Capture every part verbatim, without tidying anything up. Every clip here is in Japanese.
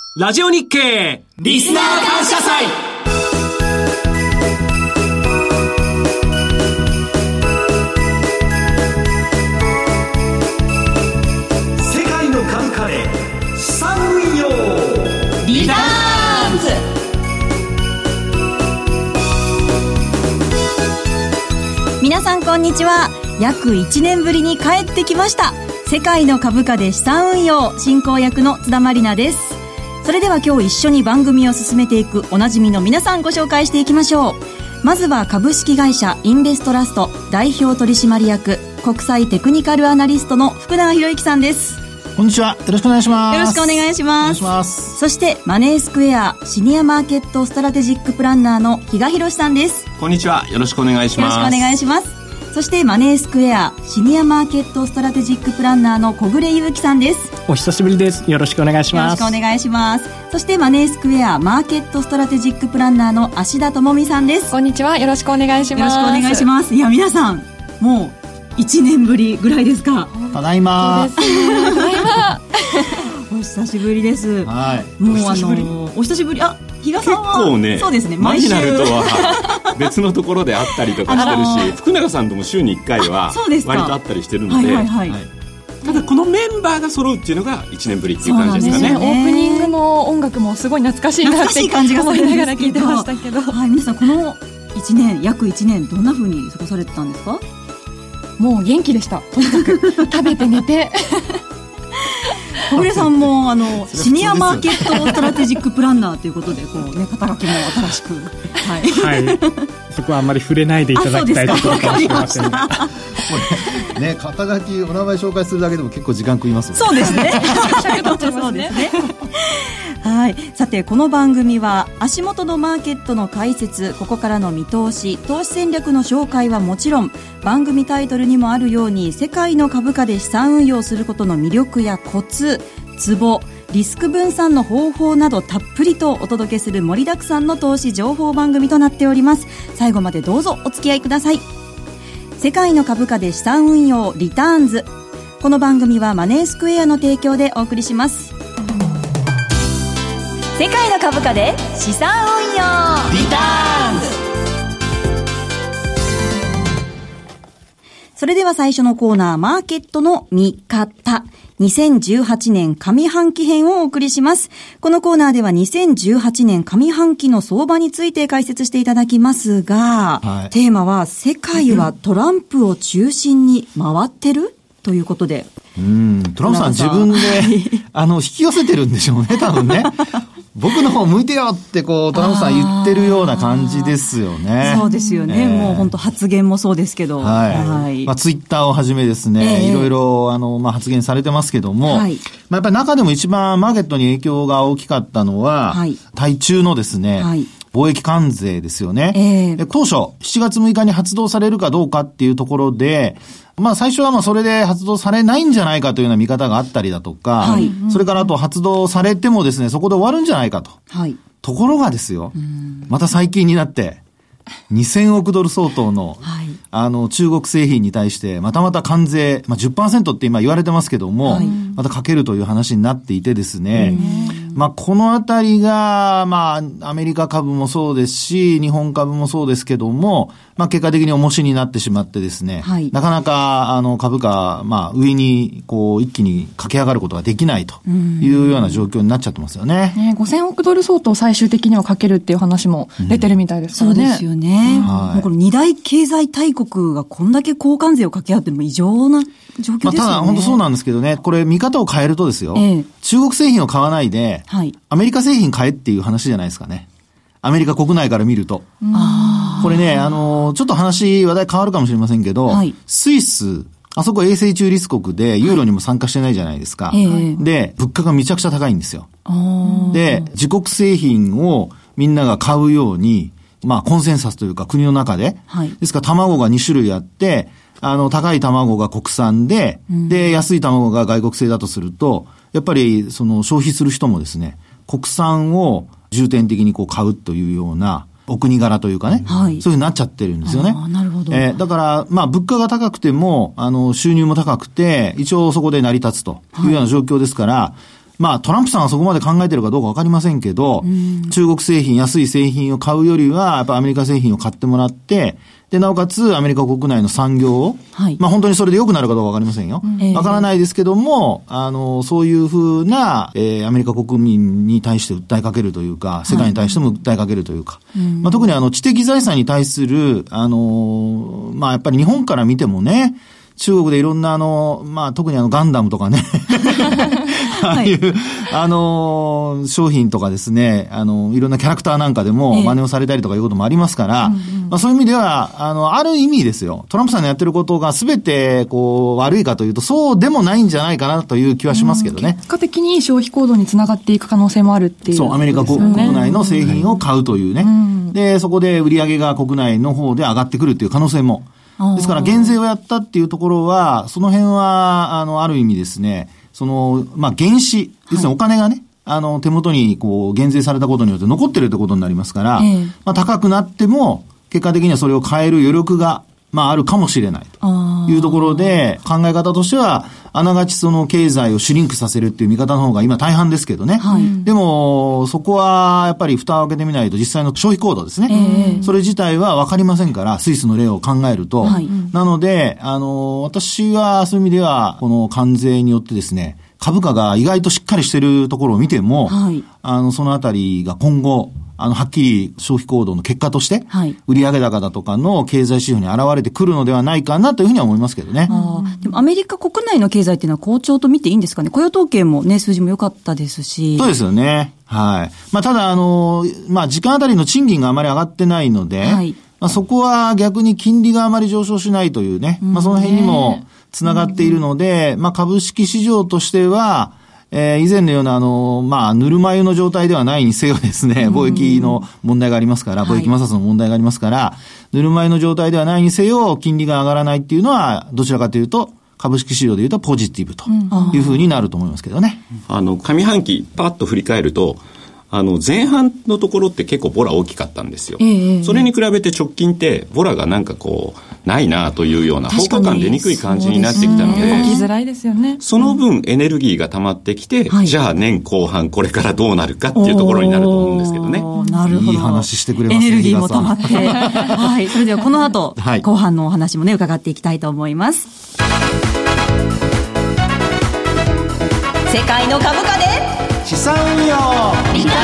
ラジオ日経リスナー感謝祭。 世界の株価で資産運用リターンズ。皆さんこんにちは。約いちねんぶりに帰ってきました世界の株価で資産運用進行役の津田まりなです。それでは今日一緒に番組を進めていくおなじみの皆さんご紹介していきましょう。まずは株式会社インベストラスト代表取締役国際テクニカルアナリストの福永博之さんです。 こんにちは。よろしくお願いします。 よろしくお願いします。 お願いします。 そしてマネースクエアシニアマーケットストラテジックプランナーの比嘉博さんです。 こんにちは。よろしくお願いします。 よろしくお願いします。そしてマネースクエアシニアマーケットストラテジックプランナーの小暮優樹さんです。 お久しぶりです。よろしくお願いします。 よろしくお願いします。そしてマネースクエアマーケットストラテジックプランナーの芦田智美さんです。 こんにちは。よろししくお願いします。 よろしくお願いします。いや皆さんもういちねんぶりぐらいですか。 ただいま。 そうですね。ただいま。 お久しぶりです。 はい。 もうあのお久しぶり。あ、比嘉さんは結構ね、 そうですね。 マ毎週リナルとは別のところで会ったりとかしてるし、福永さんとも週にいっかいは割と会ったりしてるので、 はいはいはいはい、 ただこのメンバーが揃うっていうのがいちねんぶりっていう感じですかね。 オープニングも音楽もすごい懐かしいなって感じが思いながら聞いてましたけど、 はい、皆さんこのいちねん約いちねんどんな風に過ごされてたんですか？ もう元気でした。とにかく食べて寝て小暮さんもあのシニアマーケットストラテジックプランナーということでこう、ね、肩書きも新しく、はいはい、そこはあんまり触れないでいただきたいところかもしれませんがね、肩書きお名前紹介するだけでも結構時間食いますよね。 そうですねそうですね。 はい、さてこの番組は足元のマーケットの解説、ここからの見通し、投資戦略の紹介はもちろん、番組タイトルにもあるように世界の株価で資産運用することの魅力やコツ、ツボ、リスク分散の方法などたっぷりとお届けする盛りだくさんの投資情報番組となっております。最後までどうぞお付き合いください。世界の株価で資産運用リターンズ。この番組はマネースクエアの提供でお送りします。世界の株価で資産運用リターンズ。それでは最初のコーナー、マーケットの見方。にせんじゅうはちねん上半期編をお送りします。このコーナーではにせんじゅうはちねん上半期の相場について解説していただきますが、はい、テーマは世界はトランプを中心に回ってるということで。 うん、トランプさん自分であの引き寄せてるんでしょうね、多分ね。僕の方向いてよってこうトランプさん言ってるような感じですよね。 そうですよね、えー、もう本当発言もそうですけど、 はい、はい、まあ、ツイッターをはじめですね、えー、いろいろあの、まあ、発言されてますけども、はい、まあ、やっぱり中でも一番マーケットに影響が大きかったのは、はい、対中のですね、はい、貿易関税ですよね、えー、で当初しちがつむいかに発動されるかどうかっていうところで、まあ最初はまあそれで発動されないんじゃないかというような見方があったりだとか、はい、それからあと発動されてもですね、そこで終わるんじゃないかと。はい、ところがですよ、また最近になって、にせんおくドル相当の、はい、あの、中国製品に対して、またまた関税、まあ じゅっパーセント って今言われてますけども、はい、またかけるという話になっていてですね、まあこのあたりが、まあアメリカ株もそうですし、日本株もそうですけども、まあ結果的に重しになってしまってですね、はい、なかなかあの株価、まあ上にこう一気に駆け上がることができないというような状況になっちゃってますよね。 ね、ごせんおくドル相当最終的にはかけるっていう話も出てるみたいですからね。 うん、そうですよね。はい、もうこの二大経済大国がこんだけ交換税をかけ合っても異常な状況ですよね。 まあ、ただ本当そうなんですけどね、これ見方を変えるとですよ、ええ、中国製品を買わないで、はい、アメリカ製品買えっていう話じゃないですかね。アメリカ国内から見ると。これね、あの、ちょっと話、話題変わるかもしれませんけど、はい、スイス、あそこ永世中立国でユーロにも参加してないじゃないですか。はい、で、物価がめちゃくちゃ高いんですよ。で、自国製品をみんなが買うように、まあ、コンセンサスというか国の中で、はい、ですから卵がにしゅるいあって、あの、高い卵が国産で、うん、で、安い卵が外国製だとすると、やっぱり、その、消費する人もですね、国産を重点的にこう買うというような、お国柄というかね、はい、そういうふうになっちゃってるんですよね。 あ、なるほど。 えー、だから、まあ、物価が高くても、あの、収入も高くて、一応そこで成り立つというような状況ですから、はい、 まあトランプさんはそこまで考えてるかどうかわかりませんけど、中国製品、安い製品を買うよりは、やっぱアメリカ製品を買ってもらって、で、なおかつアメリカ国内の産業を、はい、まあ本当にそれで良くなるかどうかわかりませんよ。わ、うん、からないですけども、あの、そういうふうな、えー、アメリカ国民に対して訴えかけるというか、世界に対しても訴えかけるというか、はい、まあ特にあの、知的財産に対する、あの、まあやっぱり日本から見てもね、中国でいろんなあの、まあ特にあのガンダムとかね、ああいう、はい、あの、商品とかですね、あの、いろんなキャラクターなんかでも真似をされたりとかいうこともありますから、ええ、まあそういう意味では、あの、ある意味ですよ、トランプさんのやってることが全てこう悪いかというと、そうでもないんじゃないかなという気はしますけどね。 結果的に消費行動につながっていく可能性もあるっていう、ね。 そう、アメリカ国内の製品を買うというね。うん、で、そこで売り上げが国内の方で上がってくるっていう可能性も。ですから減税をやったっていうところは、その辺は、あの、ある意味ですね、その、まあ、原資、要するにお金がね、はい、あの、手元にこう、減税されたことによって残ってるってことになりますから、えー、まあ、高くなっても、結果的にはそれを変える余力が、まあ、あるかもしれないというところで、考え方としては、あながちその経済をシュリンクさせるっていう見方の方が今大半ですけどね。はい、でも、そこはやっぱり蓋を開けてみないと実際の消費行動ですね。えー、それ自体は分かりませんから、スイスの例を考えると。はい、なので、あの、私はそういう意味では、この関税によってですね、株価が意外としっかりしてるところを見ても、はい、あの、そのあたりが今後、あの、はっきり消費行動の結果として、はい、売上高だとかの経済指標に現れてくるのではないかなというふうには思いますけどね。 あでもアメリカ国内の経済っていうのは好調と見ていいんですかね。雇用統計もね、数字も良かったですし。 そうですよね。はい。まあ、ただ、あの、まあ、時間あたりの賃金があまり上がってないので、はい、まあ、そこは逆に金利があまり上昇しないというね、まあ、その辺にもつながっているので、まあ、株式市場としては、えー、以前のような、あの、まあ、ぬるま湯の状態ではないにせよですね、貿易の問題がありますから、貿易摩擦の問題がありますから、ぬるま湯の状態ではないにせよ、金利が上がらないっていうのは、どちらかというと、株式市場でいうとポジティブというふうになると思いますけどね。 うん、あの、上半期、パッと振り返ると、あの、前半のところって結構ボラ大きかったんですよ。えー、それに比べて直近ってボラがなんかこう、ないなというような方向感出にくい感じになってきたので、 動きづらいですよね。 その分エネルギーが溜まってきて、はい、じゃあ年後半これからどうなるかっていうところになると思うんですけどね。 なるほど。 いい話してくれますね。 エネルギーも溜まって。はい。それではこの後、はい、後半のお話もね、伺っていきたいと思います。世界の株価で資産運用リターンズ。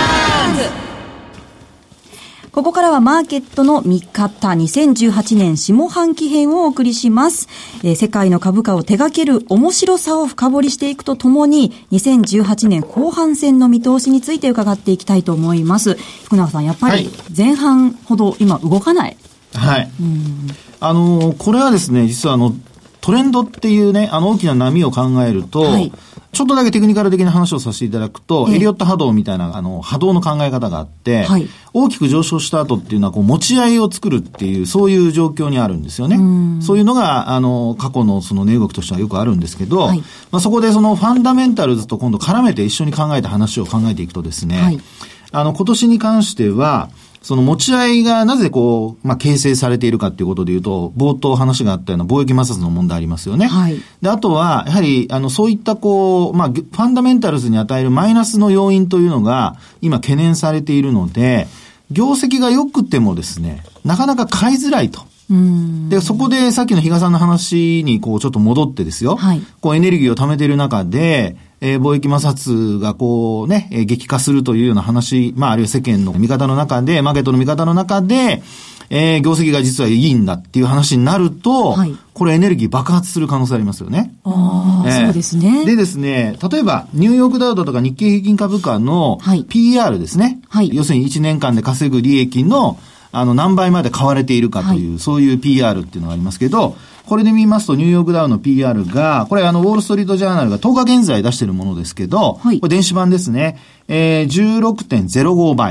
ここからはマーケットの見方にせんじゅうはちねん下半期編をお送りします。えー、世界の株価を手掛ける面白さを深掘りしていくとともに、にせんじゅうはちねん後半戦の見通しについて伺っていきたいと思います。福永さん、やっぱり前半ほど今動かない。 はい。うん、あのー、これはですね、実はあの、トレンドっていうね、あの大きな波を考えると、はい、ちょっとだけテクニカル的な話をさせていただくと、エリオット波動みたいな、あの、波動の考え方があって、はい、大きく上昇した後っていうのは、こう、持ち合いを作るっていう、そういう状況にあるんですよね。うそういうのが、あの、過去のその値動きとしてはよくあるんですけど、はい、まあ、そこでそのファンダメンタルズと今度絡めて一緒に考えた話を考えていくとですね、はい、あの、今年に関しては、その持ち合いがなぜこう、まあ、形成されているかっていうことでいうと、冒頭話があったような貿易摩擦の問題ありますよね。はい。で、あとは、やはり、あの、そういったこう、まあ、ファンダメンタルズに与えるマイナスの要因というのが、今懸念されているので、業績が良くてもですね、なかなか買いづらいと。うんで、そこでさっきの比嘉さんの話にこうちょっと戻ってですよ。はい。こうエネルギーを貯めている中で、えー、貿易摩擦がこうね、えー、激化するというような話、まああるいは世間の見方の中で、マーケットの見方の中で、えー、業績が実はいいんだっていう話になると、はい、これエネルギー爆発する可能性ありますよね。 ああ、えー、そうですね。 でですね、例えばニューヨークダウだとか日経平均株価の ピーイーアール ですね。はい。要するにいちねんかんで稼ぐ利益のあの何倍まで買われているかという、はい、そういう ピーイーアール っていうのがありますけど、これで見ますとニューヨークダウの ピーイーアール が、これあのウォールストリートジャーナルがとおか現在出しているものですけど、はい、これ電子版ですね。えー、じゅうろくてんゼロご 倍。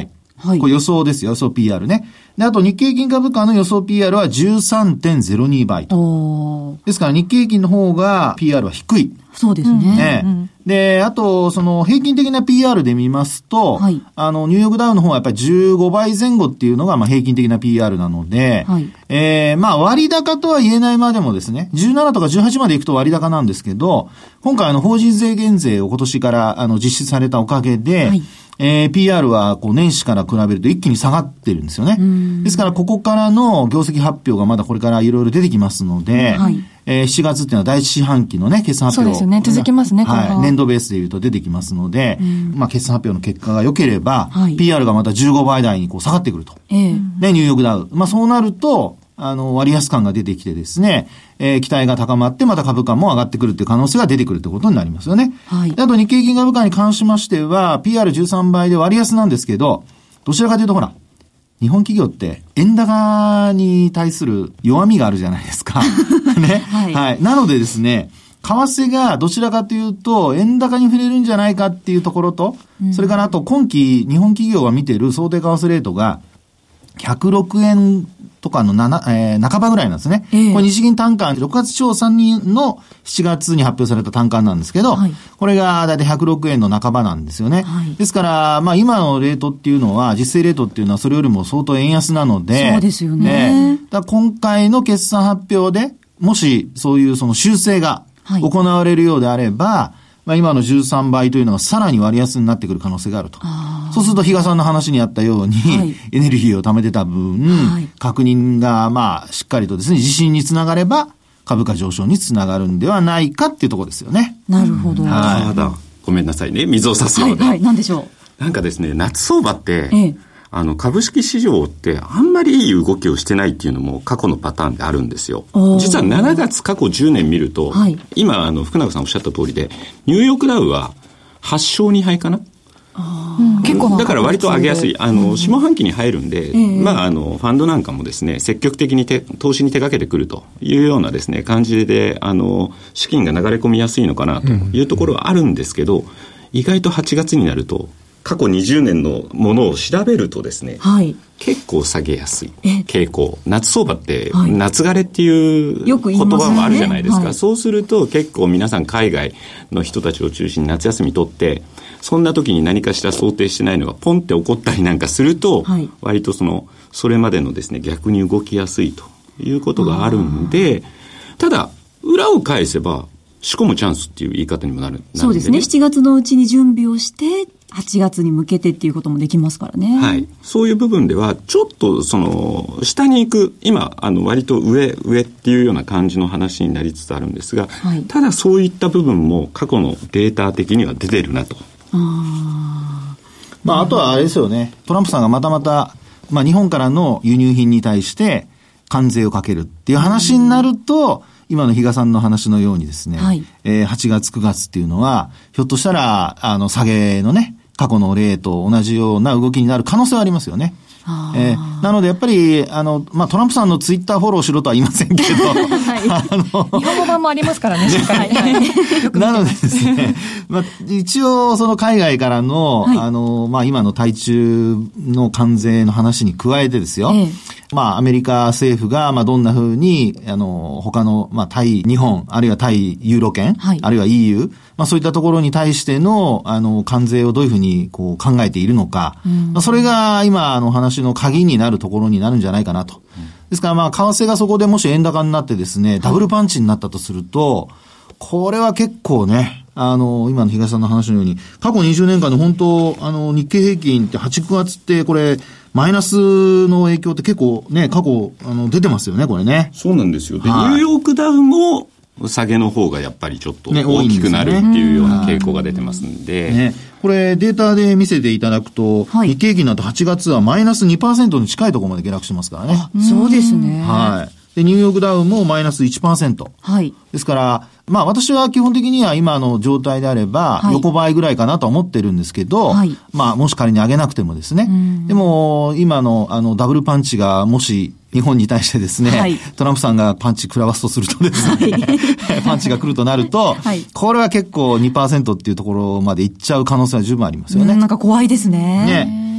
はい、これ予想ですよ、予想 ピーアール ね。で、あと日経平均株価の予想 ピーアール は じゅうさんてんゼロに 倍と。ですから日経平均の方が ピーアール は低い。 そうですね。 ね、うん、で、あと、その平均的な ピーアール で見ますと、はい、あの、ニューヨークダウの方はやっぱりじゅうごばいぜん後っていうのが、まあ平均的な ピーアール なので、はい、えー、まあ割高とは言えないまでもですね、じゅうななとかじゅうはちまで行くと割高なんですけど、今回あの、法人税減税を今年からあの、実施されたおかげで、はい、えー、ピーアール はこう年始から比べると一気に下がってるんですよね。ですからここからの業績発表がまだこれからいろいろ出てきますので、はい、えー、しちがつっていうのは第一四半期のね、決算発表。 そうですね、続きますね、 はい。年度ベースで言うと出てきますので、まあ決算発表の結果が良ければ、はい、ピーアール がまたじゅうごばい台にこう下がってくると。えー、で、ニューヨークダウ。まあそうなると、あの、割安感が出てきてですね、えー、期待が高まって、また株価も上がってくるっていう可能性が出てくるってことになりますよね。はい。あと日経平均株価に関しましては、ピーアールじゅうさんばいで割安なんですけど、どちらかというとほら、日本企業って円高に対する弱みがあるじゃないですか。ね。はい。はい。なのでですね、為替がどちらかというと円高に触れるんじゃないかっていうところと、うん、それからあと今期日本企業が見ている想定為替レートがひゃくろくえんとかのなな、えー、半ばぐらいなんですね。えー、これ日銀短観、ろくがつ調査のしちがつに発表された短観なんですけど、はい、これがだいたいひゃくろくえんの半ばなんですよね。はい、ですから、まあ今のレートっていうのは、実勢レートっていうのはそれよりも相当円安なので、 そうですよね。 えー、だ今回の決算発表で、もしそういうその修正が行われるようであれば、はい、まあ今のじゅうさんばいというのがさらに割安になってくる可能性があると。そうすると比嘉さんの話にあったように、はい、エネルギーを貯めてた分、はい、確認がまあしっかりとですね、自信につながれば株価上昇につながるんではないかっていうところですよね。 なるほど。 はい。ただ、ごめんなさいね。水を差すようで。 はい、はい、なんでしょう。なんかですね、夏相場って、ええ、あの、株式市場ってあんまりいい動きをしてないっていうのも過去のパターンであるんですよ。実はしちがつ過去じゅうねん見ると、はい、今、あの、福永さんおっしゃった通りで、ニューヨークダウははちしょうにはいかな。 あうん、結構なだから割と上げやすい。あの、下半期に入るんで、うん、まあ、あの、ファンドなんかもですね、積極的にて投資に手掛けてくるというようなですね、感じで、あの、資金が流れ込みやすいのかなというところはあるんですけど、うん、意外とはちがつになると、過去にじゅうねんのものを調べるとですね、はい、結構下げやすい傾向。夏相場って夏枯れっていう言葉もあるじゃないですか。はい、そうすると結構皆さん海外の人たちを中心に夏休み取って、そんな時に何かしら想定してないのがポンって起こったりなんかすると、はい、割とそのそれまでのですね逆に動きやすいということがあるんで、ただ裏を返せば仕込むチャンスっていう言い方にもなる。 そうですね。しちがつのうちに準備をしてはちがつに向けてっていうこともできますからね。 はい。そういう部分ではちょっとその下に行く今あの割と上上っていうような感じの話になりつつあるんですが、はい、ただそういった部分も過去のデータ的には出てるなと。 あまああとはあれですよね。トランプさんがまたまたまあ日本からの輸入品に対して関税をかけるっていう話になると。うん今の比嘉さんの話のようにですね、はい、えー、はちがつくがつっていうのはひょっとしたらあの下げのね過去の例と同じような動きになる可能性はありますよね。えー、なのでやっぱりあの、まあ、トランプさんのツイッターフォローしろとは言いませんけど、はい、 あの日本語版もありますからね。はい、 なのでですね、まあ、一応その海外からの、はい、あのまあ、今の対中の関税の話に加えてですよ、ええまあ、アメリカ政府が、まあ、どんな風に、あの、他の、まあ、対日本、あるいは対ユーロ圏、はい、あるいは イーユー、まあ、そういったところに対しての、あの、関税をどういうふうに、こう、考えているのか、うんまあ、それが、今、あの、話の鍵になるところになるんじゃないかなと。うん、ですから、まあ、為替がそこでもし円高になってですね、ダブルパンチになったとすると、はい、これは結構ね、あの、今の東さんの話のように、過去にじゅうねんかんの本当、あの、日経平均ってはち、くがつって、これ、マイナスの影響って結構ね、過去、あの、出てますよね、これね。 そうなんですよ。で、はい、ニューヨークダウも、下げの方がやっぱりちょっと大きくなるっていうような傾向が出てますんで。 ね、これデータで見せていただくと、はい、日経平均なんとはちがつはマイナス にパーセント に近いところまで下落してますからね。 そうですね。 はい。で、ニューヨークダウもマイナス いちパーセント。はい。ですから、まあ私は基本的には今の状態であれば、横ばいぐらいかなと思ってるんですけど、はい、まあもし仮に上げなくてもですね。でも、今のあのダブルパンチがもし日本に対してですね、はい、トランプさんがパンチ食らわすとするとですね、はい、パンチが来るとなると、はい、これは結構 にパーセント っていうところまでいっちゃう可能性は十分ありますよね。 なんか怖いですね。ね。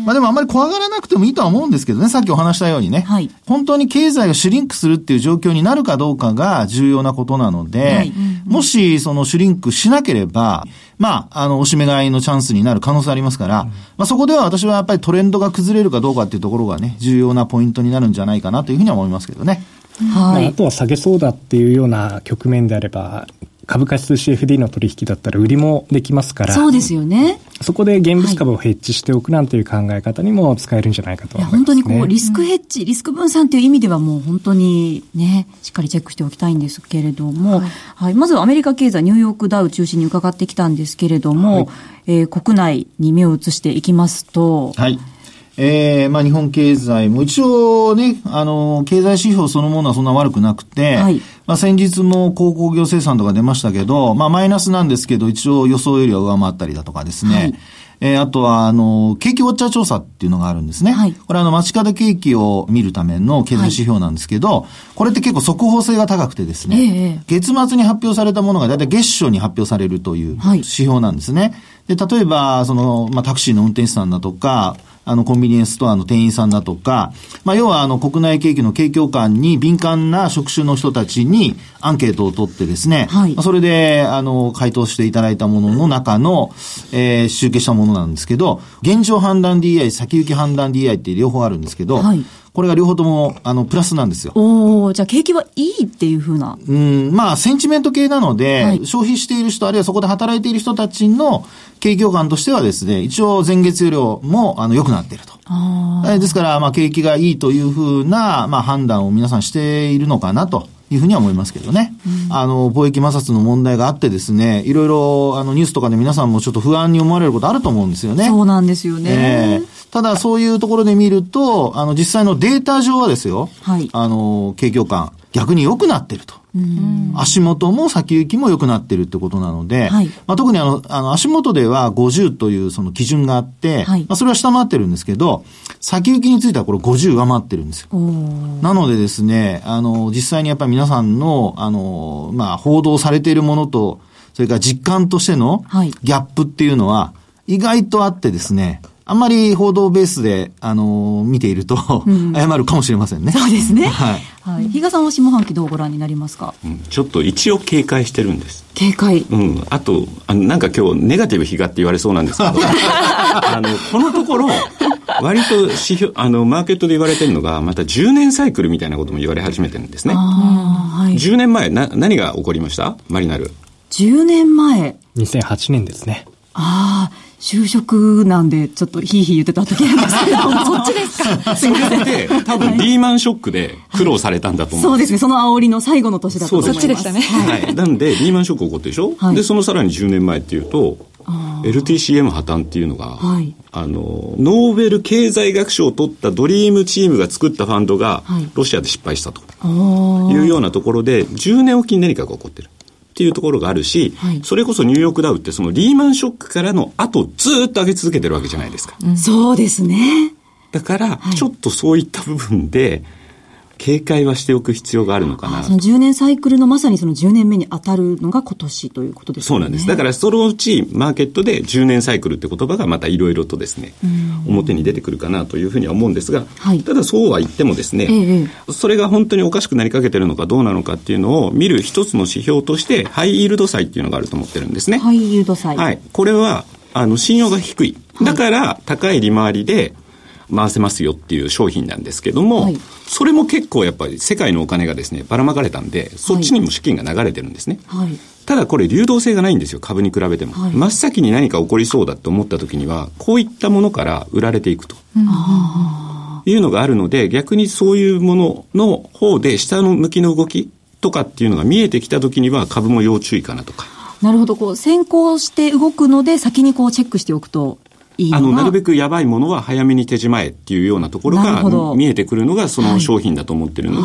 まあでもあまり怖がらなくてもいいとは思うんですけどね、さっきお話したようにね。はい、本当に経済がシュリンクするっていう状況になるかどうかが重要なことなので、はい、もしそのシュリンクしなければ、まあ、あの、おしめ買いのチャンスになる可能性ありますから、うん、まあそこでは私はやっぱりトレンドが崩れるかどうかっていうところがね、重要なポイントになるんじゃないかなというふうには思いますけどね。 はい。あとは下げそうだっていうような局面であれば、株価指数 シーエフディー の取引だったら売りもできますから。 そうですよね。 そこで現物株をヘッジしておくなんていう考え方にも使えるんじゃないかと思いますね。いや、本当にこう、リスクヘッジ、リスク分散という意味ではもう本当にね、しっかりチェックしておきたいんですけれども、はい。はい、まずはアメリカ経済、ニューヨークダウ中心に伺ってきたんですけれども、はい、えー、国内に目を移していきますと、 はい。えー、まあ日本経済も一応ね、あの、経済指標そのものはそんな悪くなくて、はい、まあ先日も鉱工業生産とか出ましたけど、まあマイナスなんですけど、一応予想よりは上回ったりだとかですね、はい、えー、あとは、あの、景気ウォッチャー調査っていうのがあるんですね。はい、これあの、街角景気を見るための経済指標なんですけど、はい、これって結構速報性が高くてですね、えー、月末に発表されたものがだいたい月初に発表されるという指標なんですね。はい、で、例えば、その、まあタクシーの運転手さんだとか、あの、コンビニエンスストアの店員さんだとか、まあ、要は、あの、国内景気の景況感に敏感な職種の人たちにアンケートを取ってですね、はい、まあ、それで、あの、回答していただいたものの中の、えー、集計したものなんですけど、現状判断 ディーアイ、先行き判断 ディーアイ って両方あるんですけど、はい、これが両方とも、あの、プラスなんですよ。 おー、じゃあ景気はいいっていう風な。 うん、まあ、センチメント系なので、はい、消費している人、あるいはそこで働いている人たちの景況感としてはですね、一応前月よりも、あの、良くなっていると。あー、ですから、まあ、景気がいいという風な、まあ、判断を皆さんしているのかなというふうには思いますけどね。うん、あの、貿易摩擦の問題があってですね、いろいろ、あの、ニュースとかで皆さんもちょっと不安に思われることあると思うんですよね。 そうなんですよね。えーただそういうところで見ると、あの実際のデータ上はですよ、はい、あの景況感逆に良くなってると。うん、足元も先行きも良くなってるってことなので、はい、まあ、特にあのあの足元ではごじゅうというその基準があって、はい、まあ、それは下回ってるんですけど、先行きについてはこれごじゅう上回ってるんですよ。なのでですね、あの実際にやっぱり皆さんのあのまあ報道されているものとそれから実感としてのギャップっていうのは意外とあってですね。あんまり報道ベースで、あのー、見ていると、うん、誤るかもしれませんね。 そうですね。はい。はい。比嘉さんは下半期どうご覧になりますか？ うん、ちょっと一応警戒してるんです。 警戒。 うん。あと、あの、なんか今日ネガティブ比嘉って言われそうなんですけど、あの、このところ、割と指標、あの、マーケットで言われてるのが、またじゅうねんサイクルみたいなことも言われ始めてるんですね。あ、はい。じゅうねんまえ、な、何が起こりました？マリナル。 じゅうねんまえ。 にせんはちねんですね。 ああ。就職なんでちょっとヒーヒー言ってた時なんですけどそっちですか？ それで多分リーマンショックで苦労されたんだと思う、 はい、そうですね。その煽りの最後の年だと思います。 そっちでしたね。 はい。なんでリーマンショック起こってでしょ、はい、でそのさらにじゅうねんまえっていうと エルティーシーエム 破綻っていうのが、はい、あのノーベル経済学賞を取ったドリームチームが作ったファンドがロシアで失敗したというようなところでじゅうねんおきに何かが起こってるっていうところがあるし、はい、それこそニューヨークダウってそのリーマンショックからの後ずっと上げ続けてるわけじゃないですか。 うん、そうですね。 だからちょっとそういった部分で警戒はしておく必要があるのかな。 そのじゅうねんサイクルのまさにそのじゅうねんめに当たるのが今年ということですね。 そうなんです。だからそのうちマーケットでじゅうねんサイクルって言葉がまたいろいろとですね、表に出てくるかなというふうには思うんですが、はい、ただそうは言ってもですね、ええ、それが本当におかしくなりかけてるのかどうなのかっていうのを見る一つの指標としてハイイールド債っていうのがあると思ってるんですね。 ハイイールド債。 はい。これはあの信用が低い。だから高い利回りで回せますよっていう商品なんですけども、はい、それも結構やっぱり世界のお金がですねばらまかれたんでそっちにも資金が流れてるんですね、はい、ただこれ流動性がないんですよ。株に比べても、はい、真っ先に何か起こりそうだと思った時にはこういったものから売られていくと、うん、いうのがあるので逆にそういうものの方で下の向きの動きとかっていうのが見えてきた時には株も要注意かなとか。 なるほど。こう先行して動くので先にこうチェックしておくといいのあのなるべくやばいものは早めに手締まえっていうようなところが見えてくるのがその商品だと思ってるので、はい、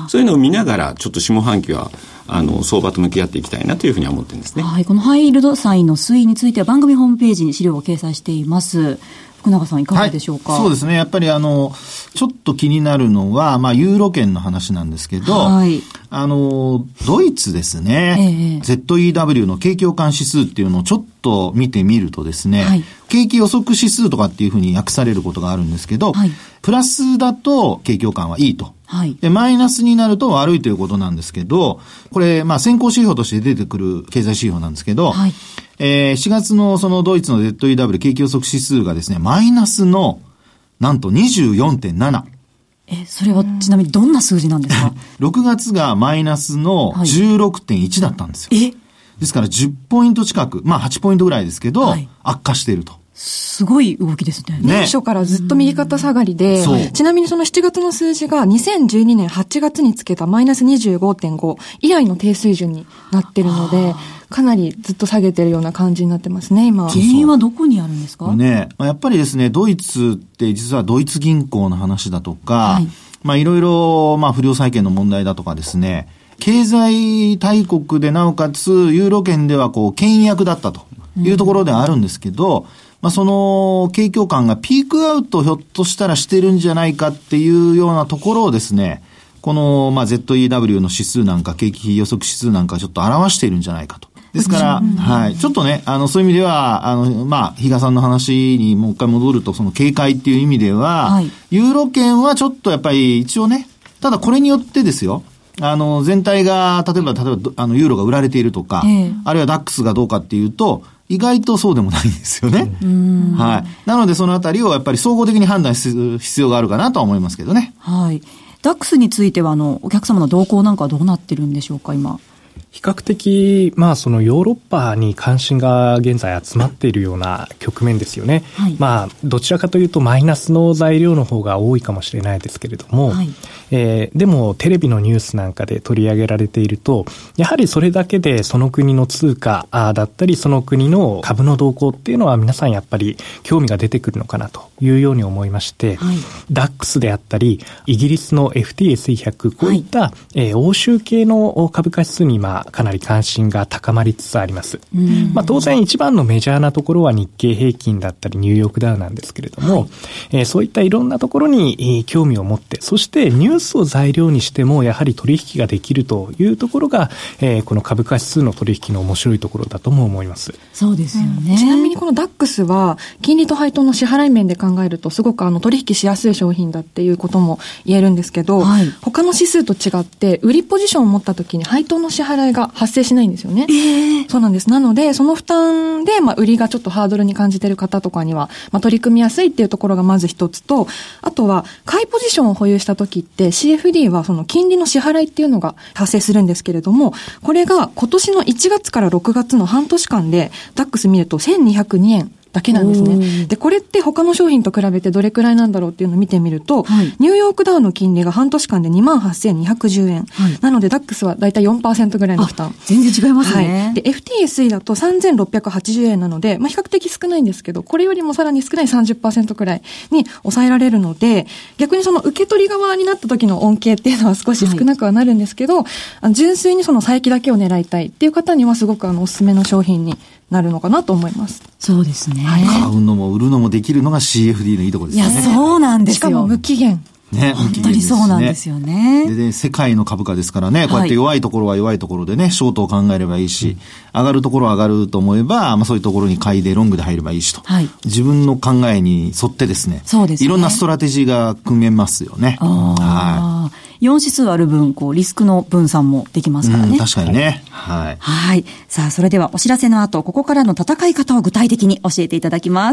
そういうのを見ながらちょっと下半期はあの相場と向き合っていきたいなというふうには思ってるんですね。 はい、このハイイールド債の推移については番組ホームページに資料を掲載しています。福永さんいかがでしょうか。 はい、そうですね。やっぱりあのちょっと気になるのは、まあ、ユーロ圏の話なんですけど、はい、あのドイツですね、ええ、ゼットイーダブリュー の景況感指数っていうのをちょっと見てみるとですね、はい、景気予測指数とかっていうふうに訳されることがあるんですけど、はい、プラスだと景況感はいいと。はい、で、マイナスになると悪いということなんですけど、これ、まあ、先行指標として出てくる経済指標なんですけど、はい、えー、しがつのそのドイツの ゼットイーダブリュー 景気予測指数がですね、マイナスの、なんと にじゅうよんてんなな。 え、それはちなみにどんな数字なんですか？ ろくがつがマイナスの じゅうろくてんいち だったんですよ。はい、えですからじゅっポイント近く、まあはちポイントぐらいですけど、はい、悪化していると。 すごい動きですね。 年初からずっと右肩下がりで、ちなみにそのしちがつの数字がにせんじゅうにねんはちがつにつけたマイナス にじゅうごてんご 以来の低水準になってるので、かなりずっと下げてるような感じになってますね、今。 原因はどこにあるんですか？ ね、やっぱりですね、ドイツって実はドイツ銀行の話だとか、はい、まあいろいろ、まあ不良債権の問題だとかですね、経済大国でなおかつユーロ圏ではこう、倹約だったというところではあるんですけど、うん、まあ、その景況感がピークアウトひょっとしたらしてるんじゃないかっていうようなところをですね、この、まあ、ゼットイーダブリュー の指数なんか、景気予測指数なんかちょっと表しているんじゃないかと。ですから、はい。ちょっとね、あの、そういう意味では、あの、まあ、比嘉さんの話にもう一回戻ると、その警戒っていう意味では、はい、ユーロ圏はちょっとやっぱり一応ね、ただこれによってですよ、あの、全体が、例えば、例えば、あの、ユーロが売られているとか、えー、あるいはダックスがどうかっていうと、意外とそうでもないんですよね。はい。なのでそのあたりをやっぱり総合的に判断する必要があるかなとは思いますけどね。 はい。ダックスについてはあのお客様の動向なんかはどうなってるんでしょうか今。 比較的、まあ、そのヨーロッパに関心が現在集まっているような局面ですよね。はい、まあ、どちらかというとマイナスの材料の方が多いかもしれないですけれども、はい、えー、でもテレビのニュースなんかで取り上げられていると、やはりそれだけでその国の通貨だったり、その国の株の動向っていうのは皆さんやっぱり興味が出てくるのかなというように思いまして、はい、ダックス であったり、イギリスの エフティーエスイーひゃく、こういった、はい、えー、欧州系の株価指数に今、かなり関心が高まりつつあります。まあ、当然一番のメジャーなところは日経平均だったりニューヨークダウなんですけれども、はい、えー、そういったいろんなところに、えー、興味を持って、そしてニュースを材料にしてもやはり取引ができるというところが、えー、この株価指数の取引の面白いところだとも思います。 そうですよね。 うん、ちなみにこのダックスは金利と配当の支払い面で考えるとすごくあの取引しやすい商品だっていうことも言えるんですけど、はい、他の指数と違って売りポジションを持った時に配当の支払いが発生しないんですよね。えー、そうなんです。なのでその負担で、まあ、売りがちょっとハードルに感じている方とかには、まあ、取り組みやすいっていうところがまず一つと、あとは買いポジションを保有した時って シーエフディー はその金利の支払いっていうのが発生するんですけれども、これが今年のいちがつからろくがつの半年間でダックス見るとせんにひゃくにえんだけなんですね。で、これって他の商品と比べてどれくらいなんだろうっていうのを見てみると、はい、ニューヨークダウの金利が半年間で にまんはっせんにひゃくじゅうえん、はい、なのでダックスはだいたい よんパーセント ぐらいの負担。 全然違いますね。 はい、で エフティーエスイー だとさんぜんろっぴゃくはちじゅうえんなので、まあ、比較的少ないんですけど、これよりもさらに少ない さんじゅっパーセント くらいに抑えられるので、逆にその受け取り側になった時の恩恵っていうのは少し少なくはなるんですけど、はい、あの純粋にその差益だけを狙いたいっていう方にはすごくあのおすすめの商品になるのかなと思います。 そうですね。 買うのも売るのもできるのが シーエフディー のいいところですね。 いや、そうなんですよ。 しかも無期限。 ね、 本当にそうなんですよね。 で、ね、世界の株価ですからね、こうやって弱いところは弱いところでね、ショートを考えればいいし、上がるところは上がると思えば、まあそういうところに買いでロングで入ればいいしと。はい、自分の考えに沿ってですね、そうですね、いろんなストラテジーが組めますよね。 はい。よん指数ある分、こう、リスクの分散もできますからね。うん、 確かにね。はい。 はい。さあ、それではお知らせの後、ここからの戦い方を具体的に教えていただきます。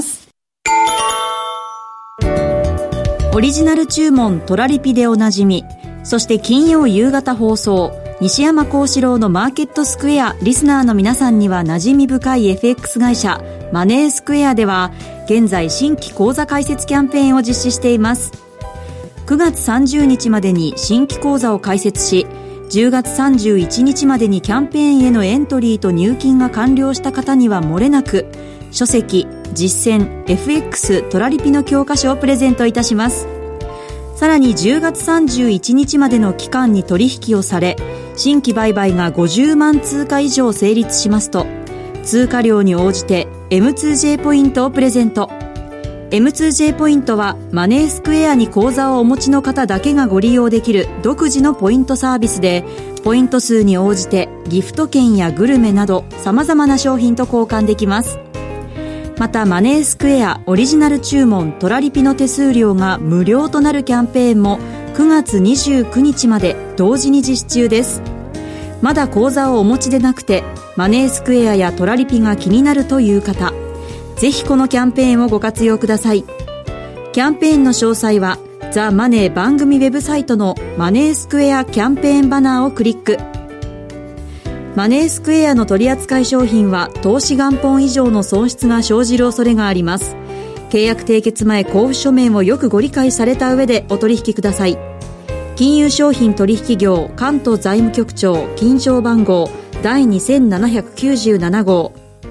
オリジナル注文トラリピでおなじみ、そして金曜夕方放送西山幸四郎のマーケットスクエアリスナーの皆さんには馴染み深い エフエックス 会社マネースクエアでは現在新規口座開設キャンペーンを実施しています。くがつさんじゅうにちまでに新規口座を開設し、じゅうがつさんじゅういちにちまでにキャンペーンへのエントリーと入金が完了した方には漏れなく書籍実践 エフエックス トラリピの教科書をプレゼントいたします。 さらにじゅうがつさんじゅういちにちまでの期間に取引をされ、新規売買がごじゅうまんつうか以上成立しますと、通貨量に応じて エムツージェー ポイントをプレゼント。エムツージェー ポイントはマネースクエアに口座をお持ちの方だけがご利用できる独自のポイントサービスで、ポイント数に応じてギフト券やグルメなど様々な商品と交換できます。またマネースクエアオリジナル注文トラリピの手数料が無料となるキャンペーンもくがつにじゅうくにちまで同時に実施中です。まだ口座をお持ちでなくてマネースクエアやトラリピが気になるという方、ぜひこのキャンペーンをご活用ください。キャンペーンの詳細はザ・マネー番組ウェブサイトのマネースクエアキャンペーンバナーをクリック。マネースクエアの取扱い商品は投資元本以上の損失が生じる恐れがあります。契約締結前交付書面をよくご理解された上でお取引ください。金融商品取引業関東財務局長金賞番号だいにせんななひゃくきゅうじゅうなな号。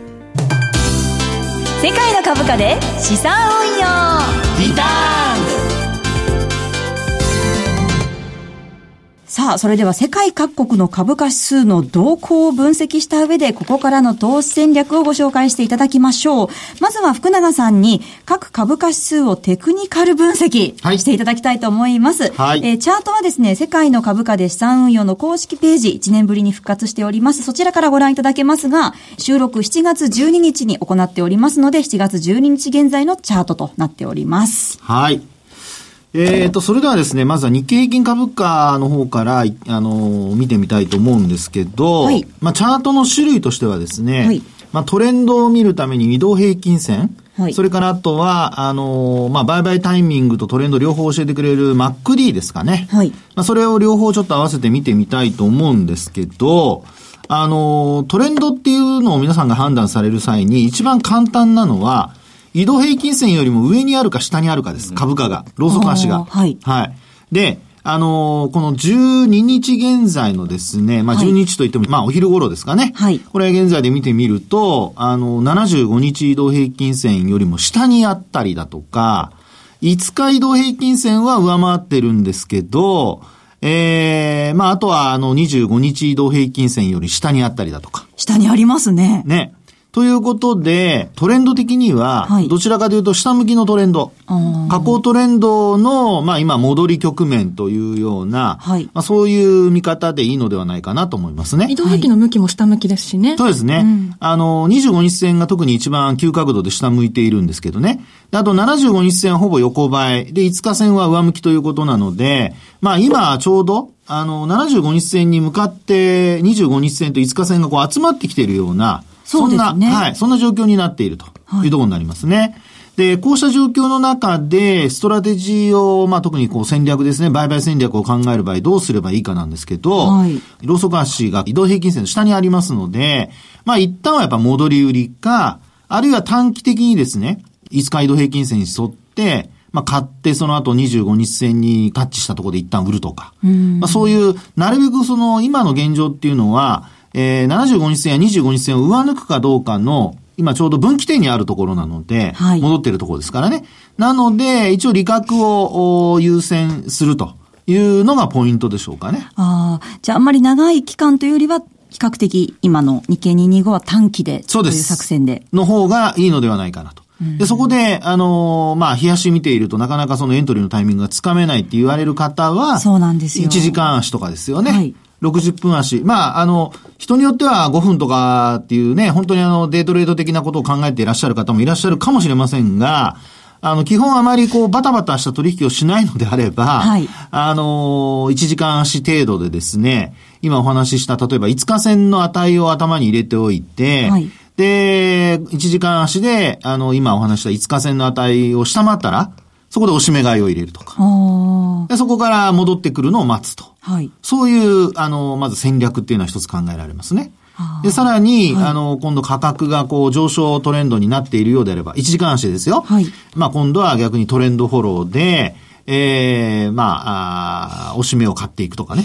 世界の株価で資産運用リターン。さあ、それでは世界各国の株価指数の動向を分析した上で、ここからの投資戦略をご紹介していただきましょう。まずは福永さんに各株価指数をテクニカル分析していただきたいと思います。はい、えー、チャートはですね、世界の株価で資産運用の公式ページ、いちねんぶりに復活しております。そちらからご覧いただけますが、収録しちがつじゅうににちに行っておりますので、しちがつじゅうににち現在のチャートとなっております。 はい。えーと、それではですね、まずは日経平均株価の方から、あのー、見てみたいと思うんですけど、はい、まあ、チャートの種類としてはですね、はい、まあ、トレンドを見るために移動平均線、はい、それからあとは、あのー、まあ、売買タイミングとトレンド両方教えてくれる マックディー ですかね。はい、まあ、それを両方ちょっと合わせて見てみたいと思うんですけど、あのー、トレンドっていうのを皆さんが判断される際に、一番簡単なのは、移動平均線よりも上にあるか下にあるかです。株価が。ローソク足が。はい。はい。で、あのー、このじゅうににち現在のですね、まあ、じゅうににちといっても、はい、まあ、お昼頃ですかね。はい。これ現在で見てみると、あの、ななじゅうごにち移動平均線よりも下にあったりだとか、いつか移動平均線は上回ってるんですけど、ええー、まあ、あとは、あの、にじゅうごにち移動平均線より下にあったりだとか。 下にありますね。 ね。ということで、トレンド的には、どちらかというと下向きのトレンド、はい、下降トレンドの、まあ今戻り局面というような、はい、まあそういう見方でいいのではないかなと思いますね。 移動平均の向きも下向きですしね。 そうですね。うん、あの、にじゅうごにち線が特に一番急角度で下向いているんですけどね。あとななじゅうごにち線はほぼ横ばい。で、いつか線は上向きということなので、まあ今ちょうど、あの、ななじゅうごにち線に向かってにじゅうごにち線といつか線がこう集まってきているような、 そうですね。 そんな、はい、そんな状況になっているというところになりますね。はい、で、こうした状況の中で、ストラテジーを、まあ、特にこう戦略ですね、売買戦略を考える場合どうすればいいかなんですけど、はい、ローソク足が移動平均線の下にありますので、まあ、一旦はやっぱ戻り売りか、あるいは短期的にですね、いつか移動平均線に沿って、まあ、買ってその後にじゅうごにち線にタッチしたところで一旦売るとか、まあ、そういう、なるべくその、今の現状っていうのは、えー、ななじゅうごにち線やにじゅうごにち線を上抜くかどうかの、今ちょうど分岐点にあるところなので、はい、戻っているところですからね。なので、一応利確を優先するというのがポイントでしょうかね。 ああ、じゃああんまり長い期間というよりは、比較的今の日経にひゃくにじゅうごは短期で、そうです。という作戦で。 の方がいいのではないかなと。うん、で、そこで、あのー、まあ、日足見ているとなかなかそのエントリーのタイミングがつかめないって言われる方は、 そうなんですよ。 いちじかん足とかですよね。はい。ろくじゅっぷん足。まあ、あの、人によってはごふんとかっていうね、本当にあの、デイトレード的なことを考えていらっしゃる方もいらっしゃるかもしれませんが、あの、基本あまりこう、バタバタした取引をしないのであれば、はい、あの、いちじかん足程度でですね、今お話しした、例えばいつか線の値を頭に入れておいて、はい、で、いちじかん足で、あの、今お話したいつか線の値を下回ったら、そこで押し目買いを入れるとか。でそこから戻ってくるのを待つと。はい、そういう、あの、まず戦略っていうのは一つ考えられますね。で、さらに、はい、あの、今度価格がこう上昇トレンドになっているようであれば、いちじかん足ですよ。はい、まあ今度は逆にトレンドフォローで、ええー、まあ、あ押し目を買っていくとかね。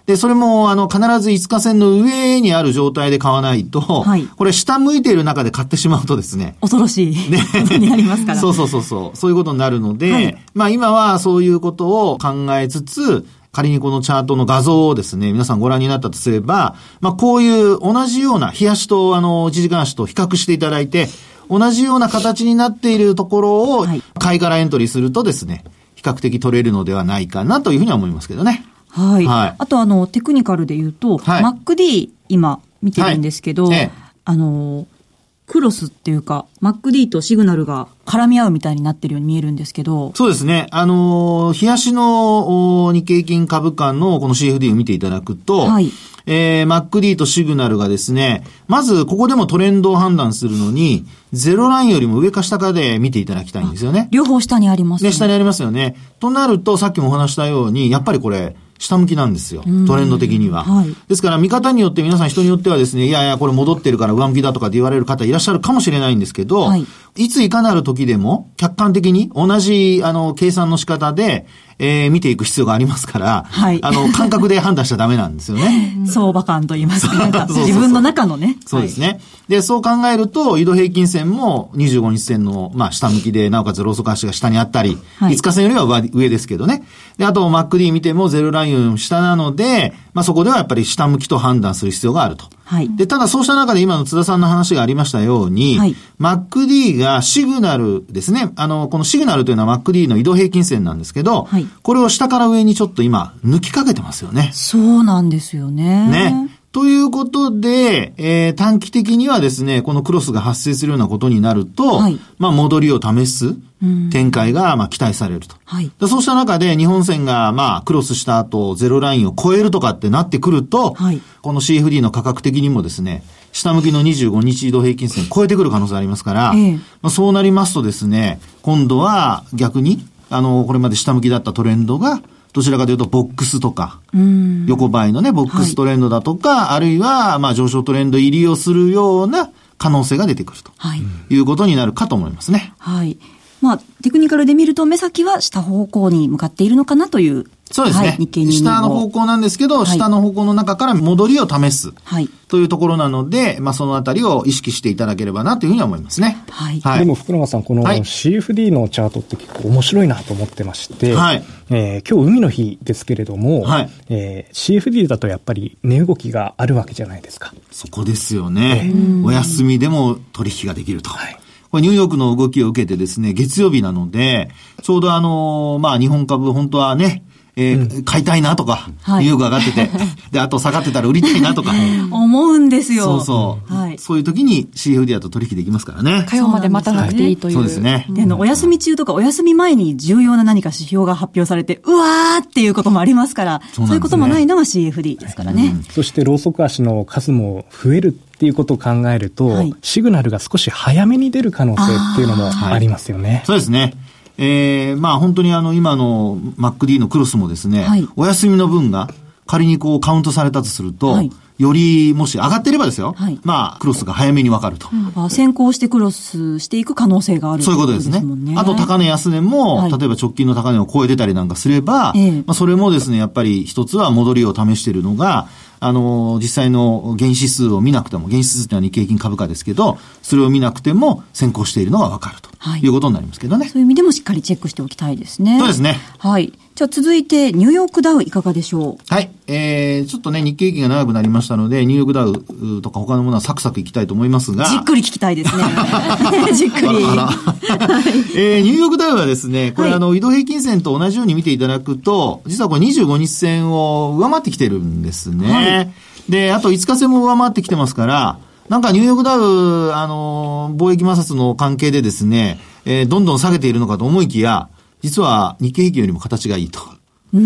で、それも、あの、必ずいつか線の上にある状態で買わないと、はい、これ下向いている中で買ってしまうとですね。 恐ろしい。ね。ことになりますから。 そうそうそうそう。そういうことになるので、はい、まあ今はそういうことを考えつつ、仮にこのチャートの画像をですね、皆さんご覧になったとすれば、まあこういう同じような、日足とあの、一時間足と比較していただいて、同じような形になっているところを、買いからエントリーするとですね、比較的取れるのではないかなというふうには思いますけどね。 はい。はい、あとあの、テクニカルで言うと、はい、マックディー 今見てるんですけど、はいええ、あの、クロスっていうか、マックディー とシグナルが絡み合うみたいになってるように見えるんですけど。 そうですね。あの、日足の日経金株価のこの シーエフディー を見ていただくと、はい。えー、マックディー とシグナルがですね、まずここでもトレンドを判断するのに、ゼロラインよりも上か下かで見ていただきたいんですよね。 両方下にありますね。 ね、下にありますよね。となると、さっきもお話したように、やっぱりこれ、下向きなんですよ。トレンド的には。はい、ですから、見方によって皆さん人によってはですね、いやいや、これ戻ってるから上向きだとかって言われる方いらっしゃるかもしれないんですけど、はい、いついかなる時でも、客観的に同じ、あの、計算の仕方で、えー、見ていく必要がありますから、はい、あの、感覚で判断しちゃダメなんですよね。 相場感と言いますか、なんか自分の中のね。 そうですね。はい、で、そう考えると、移動平均線もにじゅうごにち線の、まあ、下向きで、なおかつローソク足が下にあったり、はい、いつか線よりは上、上ですけどね。で、あと、マックディー 見てもゼロラインよりも下なので、まあ、そこではやっぱり下向きと判断する必要があると。はい。で、ただそうした中で今の津田さんの話がありましたように、はい、マックディー がシグナルですね。あの、このシグナルというのは マックディー の移動平均線なんですけど、はい、これを下から上にちょっと今、抜きかけてますよね。 そうなんですよね。 ね。ということで、えー、短期的にはですね、このクロスが発生するようなことになると、はい、まあ、戻りを試す展開が、まあ、期待されると。はい、そうした中で、日本線が、まあ、クロスした後、ゼロラインを超えるとかってなってくると、はい、この シーエフディー の価格的にもですね、下向きのにじゅうごにち移動平均線超えてくる可能性ありますから、えーまあ、そうなりますとですね、今度は逆に、あの、これまで下向きだったトレンドが、どちらかというと、ボックスとか、横ばいのね、ボックストレンドだとか、はい、あるいは、まあ、上昇トレンド入りをするような可能性が出てくると、はい、いうことになるかと思いますね。 はい。まあ、テクニカルで見ると、目先は下方向に向かっているのかなという。 そうですね。はい、日経に下の方向なんですけど、はい、下の方向の中から戻りを試す。はい。というところなので、まあ、そのあたりを意識していただければなというふうに思いますね。 はい。はい、でも、福永さん、この シーエフディー のチャートって結構面白いなと思ってまして、はい。えー、今日海の日ですけれども、はい。えー、シーエフディー だとやっぱり値動きがあるわけじゃないですか。 そこですよね。お休みでも取引ができると。はい。これニューヨークの動きを受けてですね、月曜日なので、ちょうどあの、まあ、日本株本当はね、えーうん、買いたいなとか、ニューヨーク上がってて、で、あと下がってたら売りたいなとか。 思うんですよ。 そうそう。はい、そういう時に シーエフディー だと取引できますからね。 火曜まで待たなくていいという。 そうですね。 で、あの、お休み中とかお休み前に重要な何か指標が発表されて、うわーっていうこともありますから、そう、ね、そういうこともないのが シーエフディー ですからね。うん、 そして、ローソク足の数も増えるっていうことを考えると、はい、シグナルが少し早めに出る可能性っていうのもありますよね。 はい、そうですね。えー、まあ本当にあの今の マックディー のクロスもですね、はい、お休みの分が仮にこうカウントされたとすると、はい、よりもし上がっていればですよ、はい、まあクロスが早めに分かると、 うん、先行してクロスしていく可能性があるということですね。そういうことですね。あと高値安値も、はい、例えば直近の高値を超えてたりなんかすれば、えーまあ、それもですねやっぱり一つは戻りを試しているのがあの、実際の原指数を見なくても、原指数ってのは日経金株価ですけど、それを見なくても先行しているのがわかるということになりますけどね、はい。 そういう意味でもしっかりチェックしておきたいですね。 そうですね。 はい。じゃあ続いて、ニューヨークダウいかがでしょう？ はい。えー、ちょっとね、日経平均が長くなりましたので、ニューヨークダウとか他のものはサクサクいきたいと思いますが。 じっくり聞きたいですね。じっくり。あらあらえー、ニューヨークダウはですね、これ、はい、あの、移動平均線と同じように見ていただくと、実はこれにじゅうごにち線を上回ってきてるんですね。はい、で、あといつか線も上回ってきてますから、なんかニューヨークダウ、あの、貿易摩擦の関係でですね、えー、どんどん下げているのかと思いきや、実は日経平均よりも形がいいと。 うん。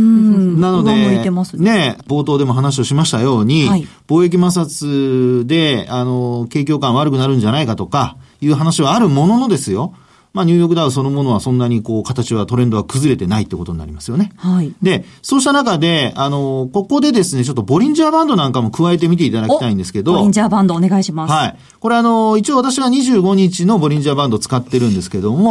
なので、ね、ね、冒頭でも話をしましたように、はい、貿易摩擦で、あの、景況感悪くなるんじゃないかとか、いう話はあるもののですよ。まあ、ニューヨークダウそのものはそんなにこう、形はトレンドは崩れてないってことになりますよね。はい。で、そうした中で、あの、ここでですね、ちょっとボリンジャーバンドなんかも加えてみていただきたいんですけど。 ボリンジャーバンドお願いします。 はい。これあの、一応私はにじゅうごにちのボリンジャーバンドを使ってるんですけども、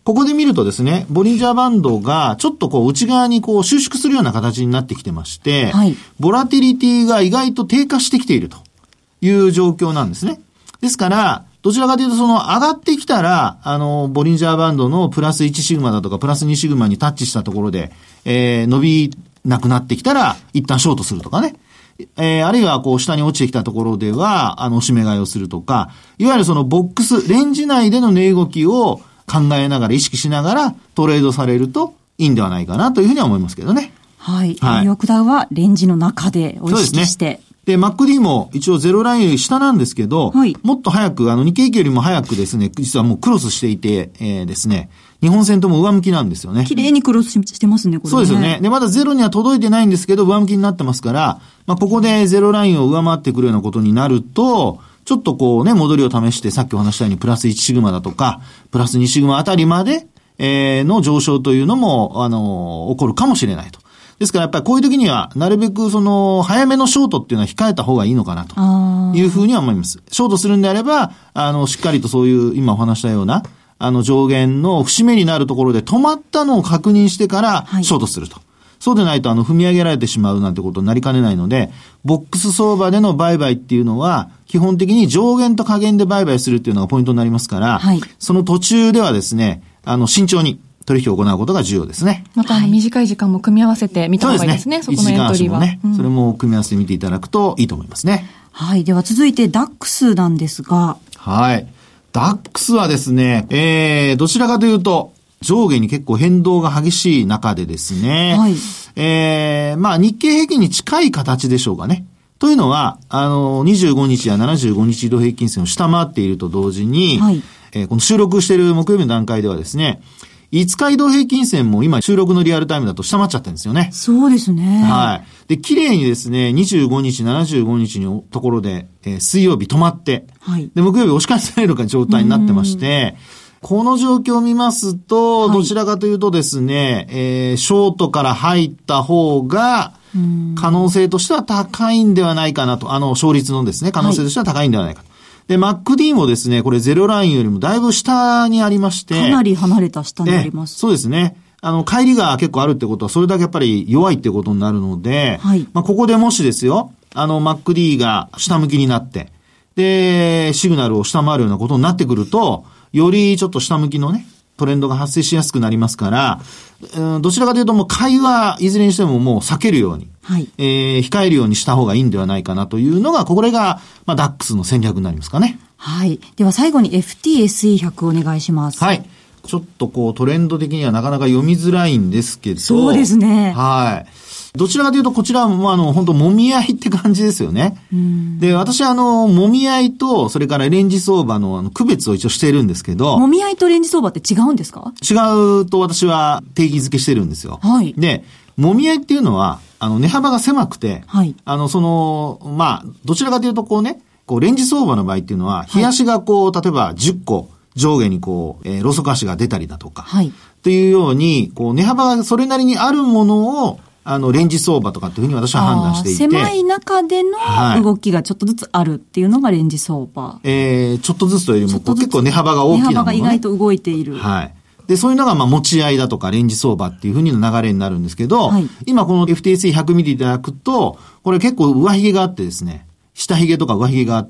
ここで見るとですね、ボリンジャーバンドがちょっとこう内側にこう収縮するような形になってきてまして、はい、ボラティリティが意外と低下してきているという状況なんですね。ですから、どちらかというとその上がってきたら、あの、ボリンジャーバンドのプラスいちシグマだとかプラスにシグマにタッチしたところで、えー、伸びなくなってきたら、一旦ショートするとかね。えー、あるいはこう下に落ちてきたところでは、あの、押し目買いをするとか、いわゆるそのボックス、レンジ内での値動きを考えながら、意識しながらトレードされるといいんではないかなというふうには思いますけどね。 はい。ニューヨークダウはレンジの中でを意識して。 で、マックディー も一応ゼロラインより下なんですけど、はい、もっと早く、あの、日経平均よりも早くですね、実はもうクロスしていて、えー、ですね、日本線とも上向きなんですよね。 綺麗にクロスしてますね、これね。 そうですよね。で、まだゼロには届いてないんですけど、上向きになってますから、まあ、ここでゼロラインを上回ってくるようなことになると、ちょっとこうね、戻りを試して、さっきお話したように、プラスいちシグマだとか、プラスにシグマあたりまで、えー、の上昇というのも、あのー、起こるかもしれないと。ですからやっぱりこういう時には、なるべくその、早めのショートっていうのは控えた方がいいのかなというふうには思います。ショートするんであれば、あの、しっかりとそういう、今お話したような、あの、上限の節目になるところで止まったのを確認してから、ショートすると。はい、そうでないと、あの、踏み上げられてしまうなんてことになりかねないので、ボックス相場での売買っていうのは、基本的に上限と下限で売買するっていうのがポイントになりますから、はい、その途中ではですね、あの、慎重に、取引を行うことが重要ですね。 また、あの、短い時間も組み合わせて見た方がいいですね。そ, ですねそこのエントリーは。ね、 うん、それも組み合わせて見ていただくといいと思いますね。 はい。では続いてダックスなんですが。 はい。ダックスはですね、えー、どちらかというと、上下に結構変動が激しい中でですね、はい。えー、まあ日経平均に近い形でしょうかね。というのは、あの、にじゅうごにちやななじゅうごにち移動平均線を下回っていると同時に、はい。えー、この収録している木曜日の段階ではですね、いつか移動平均線も今収録のリアルタイムだと下回っちゃってるんですよね。 そうですね。 はい。で、綺麗にですね、にじゅうごにち、ななじゅうごにちのところで、えー、水曜日止まって、はい。で、木曜日押し返されるか状態になってまして、この状況を見ますと、どちらかというとですね、はい、えー、ショートから入った方が、可能性としては高いんではないかなと。あの、勝率のですね、可能性としては高いんではないかと。はい、で、マックディー もですね、これゼロラインよりもだいぶ下にありまして。 かなり離れた下にあります。 そうですね。あの、乖離が結構あるってことは、それだけやっぱり弱いってことになるので、はい。まあ、ここでもしですよ、あの、マックディー が下向きになって、で、シグナルを下回るようなことになってくると、よりちょっと下向きのね、トレンドが発生しやすくなりますから、うん、どちらかというともう買いはいずれにしてももう避けるように、はい、えー、控えるようにした方がいいんではないかなというのが、これが、まあ、ダックス の戦略になりますかね。 はい。では最後に エフティーエスイーひゃく お願いします。 はい。ちょっとこうトレンド的にはなかなか読みづらいんですけど。 そうですね。 はい。どちらかというとこちらはもうあの本当もみ合いって感じですよね。で、私はあのもみ合いとそれからレンジ相場のあの区別を一応しているんですけど。 もみ合いとレンジ相場って違うんですか？ 違うと私は定義づけしてるんですよ。はい。で、もみ合いっていうのはあの値幅が狭くて、はい。あのそのまあどちらかというとこうね、こうレンジ相場の場合っていうのは日足がこう例えばじゅっこ上下にこう、えー、ローソク足が出たりだとか、はい。というようにこう値幅がそれなりにあるものをあの、レンジ相場とかっていうふうに私は判断していて。 狭い中での動きがちょっとずつあるっていうのがレンジ相場。はい、 えー、ちょっとずつというよりも結構値幅が大きなもの、ね。値幅が意外と動いている。 はい。で、そういうのがまあ持ち合いだとかレンジ相場っていうふうにの流れになるんですけど、はい、今この エフティーエスイーひゃく 見ていただくと、これ結構上髭があってですね、下髭とか上髭があって、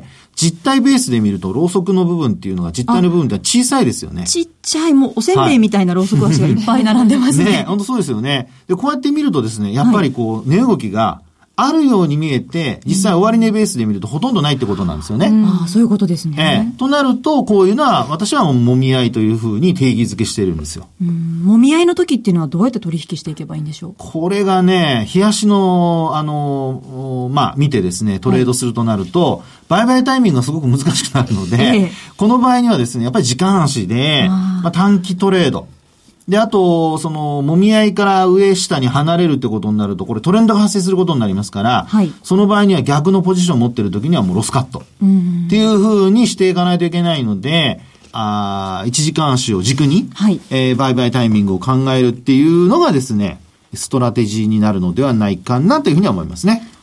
実体ベースで見ると、ローソクの部分っていうのが、実体の部分って小さいですよね。 ちっちゃい、もうおせんべいみたいなローソク足がいっぱい並んでますね。 ね、本当そうですよね。で、こうやって見るとですね、やっぱりこう、値動きが、あるように見えて、実際終値ベースで見るとほとんどないってことなんですよね。 うん、ああ、そういうことですね。 ええ。となると、こういうのは、私はもみ合いというふうに定義づけしているんですよ。 うん。もみ合いの時っていうのはどうやって取引していけばいいんでしょう？ これがね、日足の、あの、まあ、見てですね、トレードするとなると、はい、売買タイミングがすごく難しくなるので、ええ、この場合にはですね、やっぱり時間足で、あまあ、短期トレード。で、あと、その、もみ合いから上下に離れるってことになると、これトレンドが発生することになりますから、はい、その場合には逆のポジションを持っているときにはもうロスカット。っていう風にしていかないといけないので、あいちじかん足を軸に、はい、えー、売買タイミングを考えるっていうのがですね、ストラテジーになるのではないかなというふうには思いますね。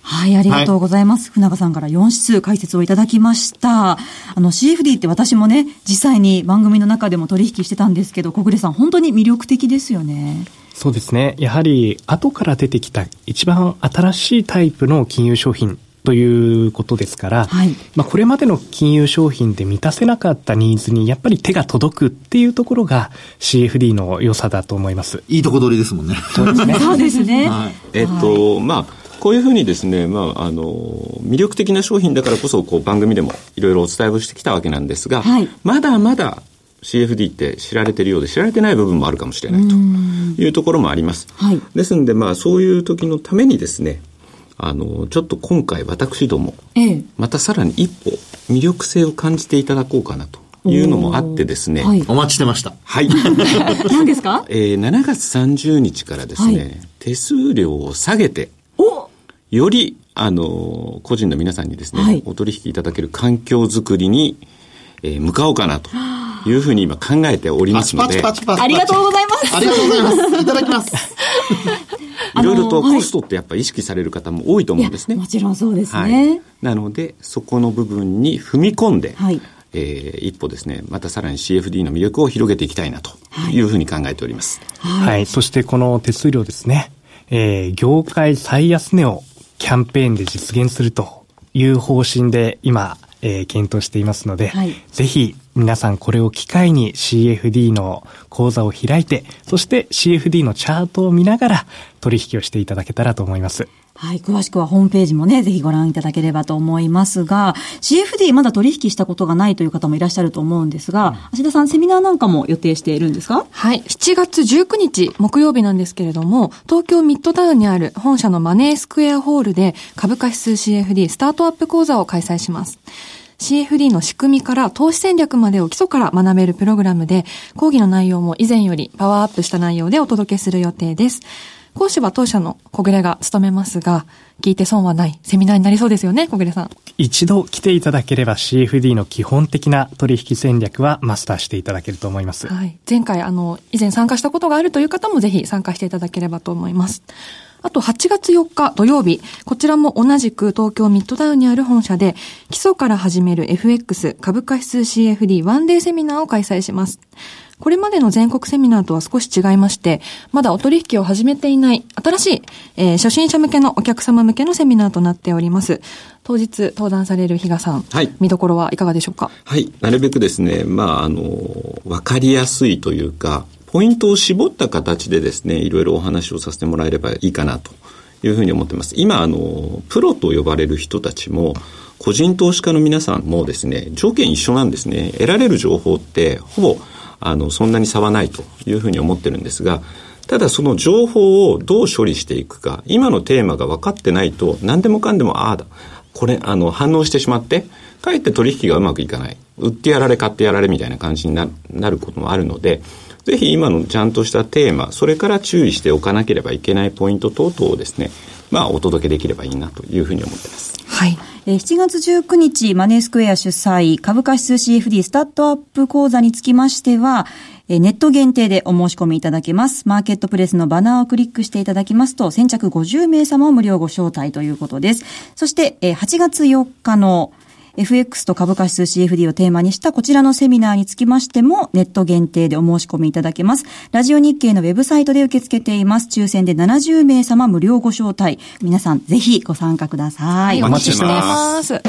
はい、ありがとうございます。はい、船川さんからよん指数解説をいただきました。あの シーエフディー って私もね、実際に番組の中でも取引してたんですけど、小暮さん本当に魅力的ですよね。 そうですね。やはり後から出てきた一番新しいタイプの金融商品ということですから、はい、まあ、これまでの金融商品で満たせなかったニーズにやっぱり手が届くっていうところが シーエフディー の良さだと思います。 いいとこ取りですもんね。 そうですね。 そうですね。 はい、えっと、はい、まあこういうふうにですね、まあ、あの魅力的な商品だからこそこう番組でもいろいろお伝えをしてきたわけなんですが、はい、まだまだ シーエフディー って知られているようで知られてない部分もあるかもしれないというところもあります。はい、ですので、まあ、そういう時のためにですね、あのちょっと今回私ども、ええ、またさらに一歩魅力性を感じていただこうかなというのもあってですね、 はい、お待ちしてました。 はい。 何ですか？ えー、しちがつさんじゅうにちからですね、はい、手数料を下げて、よりあの個人の皆さんにですね、はい、お取引いただける環境づくりに、えー、向かおうかなというふうに今考えておりますので、 パチパチパチパチ、ありがとうございます。 ありがとうございます。いただきます。 いろいろとコストってやっぱり意識される方も多いと思うんですね。 もちろんそうですね。 はい、なのでそこの部分に踏み込んで、はい、えー、一歩ですね、またさらに シーエフディー の魅力を広げていきたいなというふうに考えております。 はい。はい、そしてこの手数料ですね、えー、業界最安値をキャンペーンで実現するという方針で今、えー、検討していますので、はい、ぜひ皆さんこれを機会に シーエフディー の講座を開いて、そして シーエフディー のチャートを見ながら取引をしていただけたらと思います。 はい、詳しくはホームページもね、ぜひご覧いただければと思いますが、シーエフディー まだ取引したことがないという方もいらっしゃると思うんですが、芦田さん、セミナーなんかも予定しているんですか？ はい、しちがつじゅうくにち木曜日なんですけれども、東京ミッドタウンにある本社のマネースクエアホールで株価指数 シーエフディー スタートアップ講座を開催します。シーエフディー の仕組みから投資戦略までを基礎から学べるプログラムで、講義の内容も以前よりパワーアップした内容でお届けする予定です。講師は当社の小暮が務めますが、聞いて損はないセミナーになりそうですよね、小暮さん。 一度来ていただければ シーエフディー の基本的な取引戦略はマスターしていただけると思います。 はい。前回、あの、以前参加したことがあるという方もぜひ参加していただければと思います。あとはちがつよっか土曜日、こちらも同じく東京ミッドタウンにある本社で、基礎から始める エフエックス 株価指数 シーエフディー ワンデーセミナーを開催します。これまでの全国セミナーとは少し違いまして、まだお取引を始めていない新しい、えー、初心者向けのお客様向けのセミナーとなっております。当日登壇される比嘉さん、はい、見どころはいかがでしょうか？ はい、なるべくですね、まあ、あの、わかりやすいというか、ポイントを絞った形でですね、いろいろお話をさせてもらえればいいかなというふうに思ってます。今、あの、プロと呼ばれる人たちも、個人投資家の皆さんもですね、条件一緒なんですね。得られる情報って、ほぼ、あの、そんなに差はないというふうに思ってるんですが、ただその情報をどう処理していくか、今のテーマが分かってないと、何でもかんでも、ああだ、これ、あの、反応してしまって、かえって取引がうまくいかない。売ってやられ、買ってやられみたいな感じになる、なることもあるので、ぜひ今のちゃんとしたテーマ、それから注意しておかなければいけないポイント等々をですね、まあ、お届けできればいいなというふうに思ってます。 はい。えー、しちがつじゅうくにち、マネースクエア主催、株価指数 シーエフディー スタートアップ講座につきましては、えー、ネット限定でお申し込みいただけます。マーケットプレスのバナーをクリックしていただきますと、先着ごじゅうめいさまを無料ご招待ということです。そして、えー、はちがつよっかのエフエックス と株価指数 シーエフディー をテーマにしたこちらのセミナーにつきましてもネット限定でお申し込みいただけます。ラジオ日経のウェブサイトで受け付けています。抽選でななじゅうめいさま無料ご招待。皆さんぜひご参加ください。 お待ちしています。さ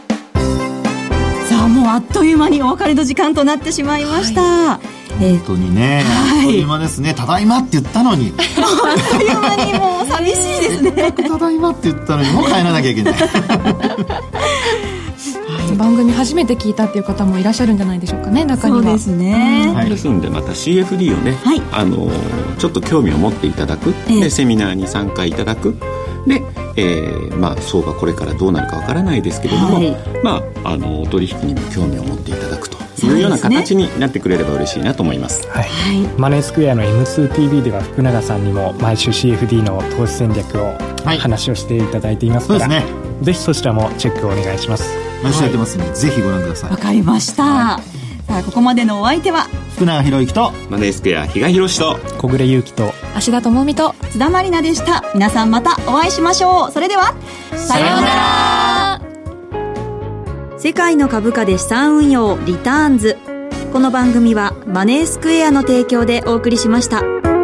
あ、もうあっという間にお別れの時間となってしまいました。はい、 本当にね、はい、あっという間ですね。ただいまって言ったのにあっという間にもう寂しいですね。 ただいまって言ったのにもう帰らなきゃいけない番組初めて聞いたっていう方もいらっしゃるんじゃないでしょうかね、中には。 そうですね、 はい、ですのでまた シーエフディー をね、はい、あのちょっと興味を持っていただく、えー、でセミナーに参加いただくで、えーまあ、相場これからどうなるかわからないですけれども、はい、まあ、あのお取引にも興味を持っていただくというような形になってくれれば嬉しいなと思います。 はいはい、マネースクエアの エムツーティーブイ では福永さんにも毎週 シーエフディー の投資戦略を話をしていただいていますから、はい、そうですね、ぜひそちらもチェックをお願いします。 毎週やってますので、はい、ぜひご覧ください。 わかりました。はい、 さあここまでのお相手は福永博之とマネースクエア比嘉宏と小暮優樹と芦田智美と津田まりなでした。皆さんまたお会いしましょう。それではさようなら。 世界の株価で資産運用リターンズ。この番組はマネースクエアの提供でお送りしました。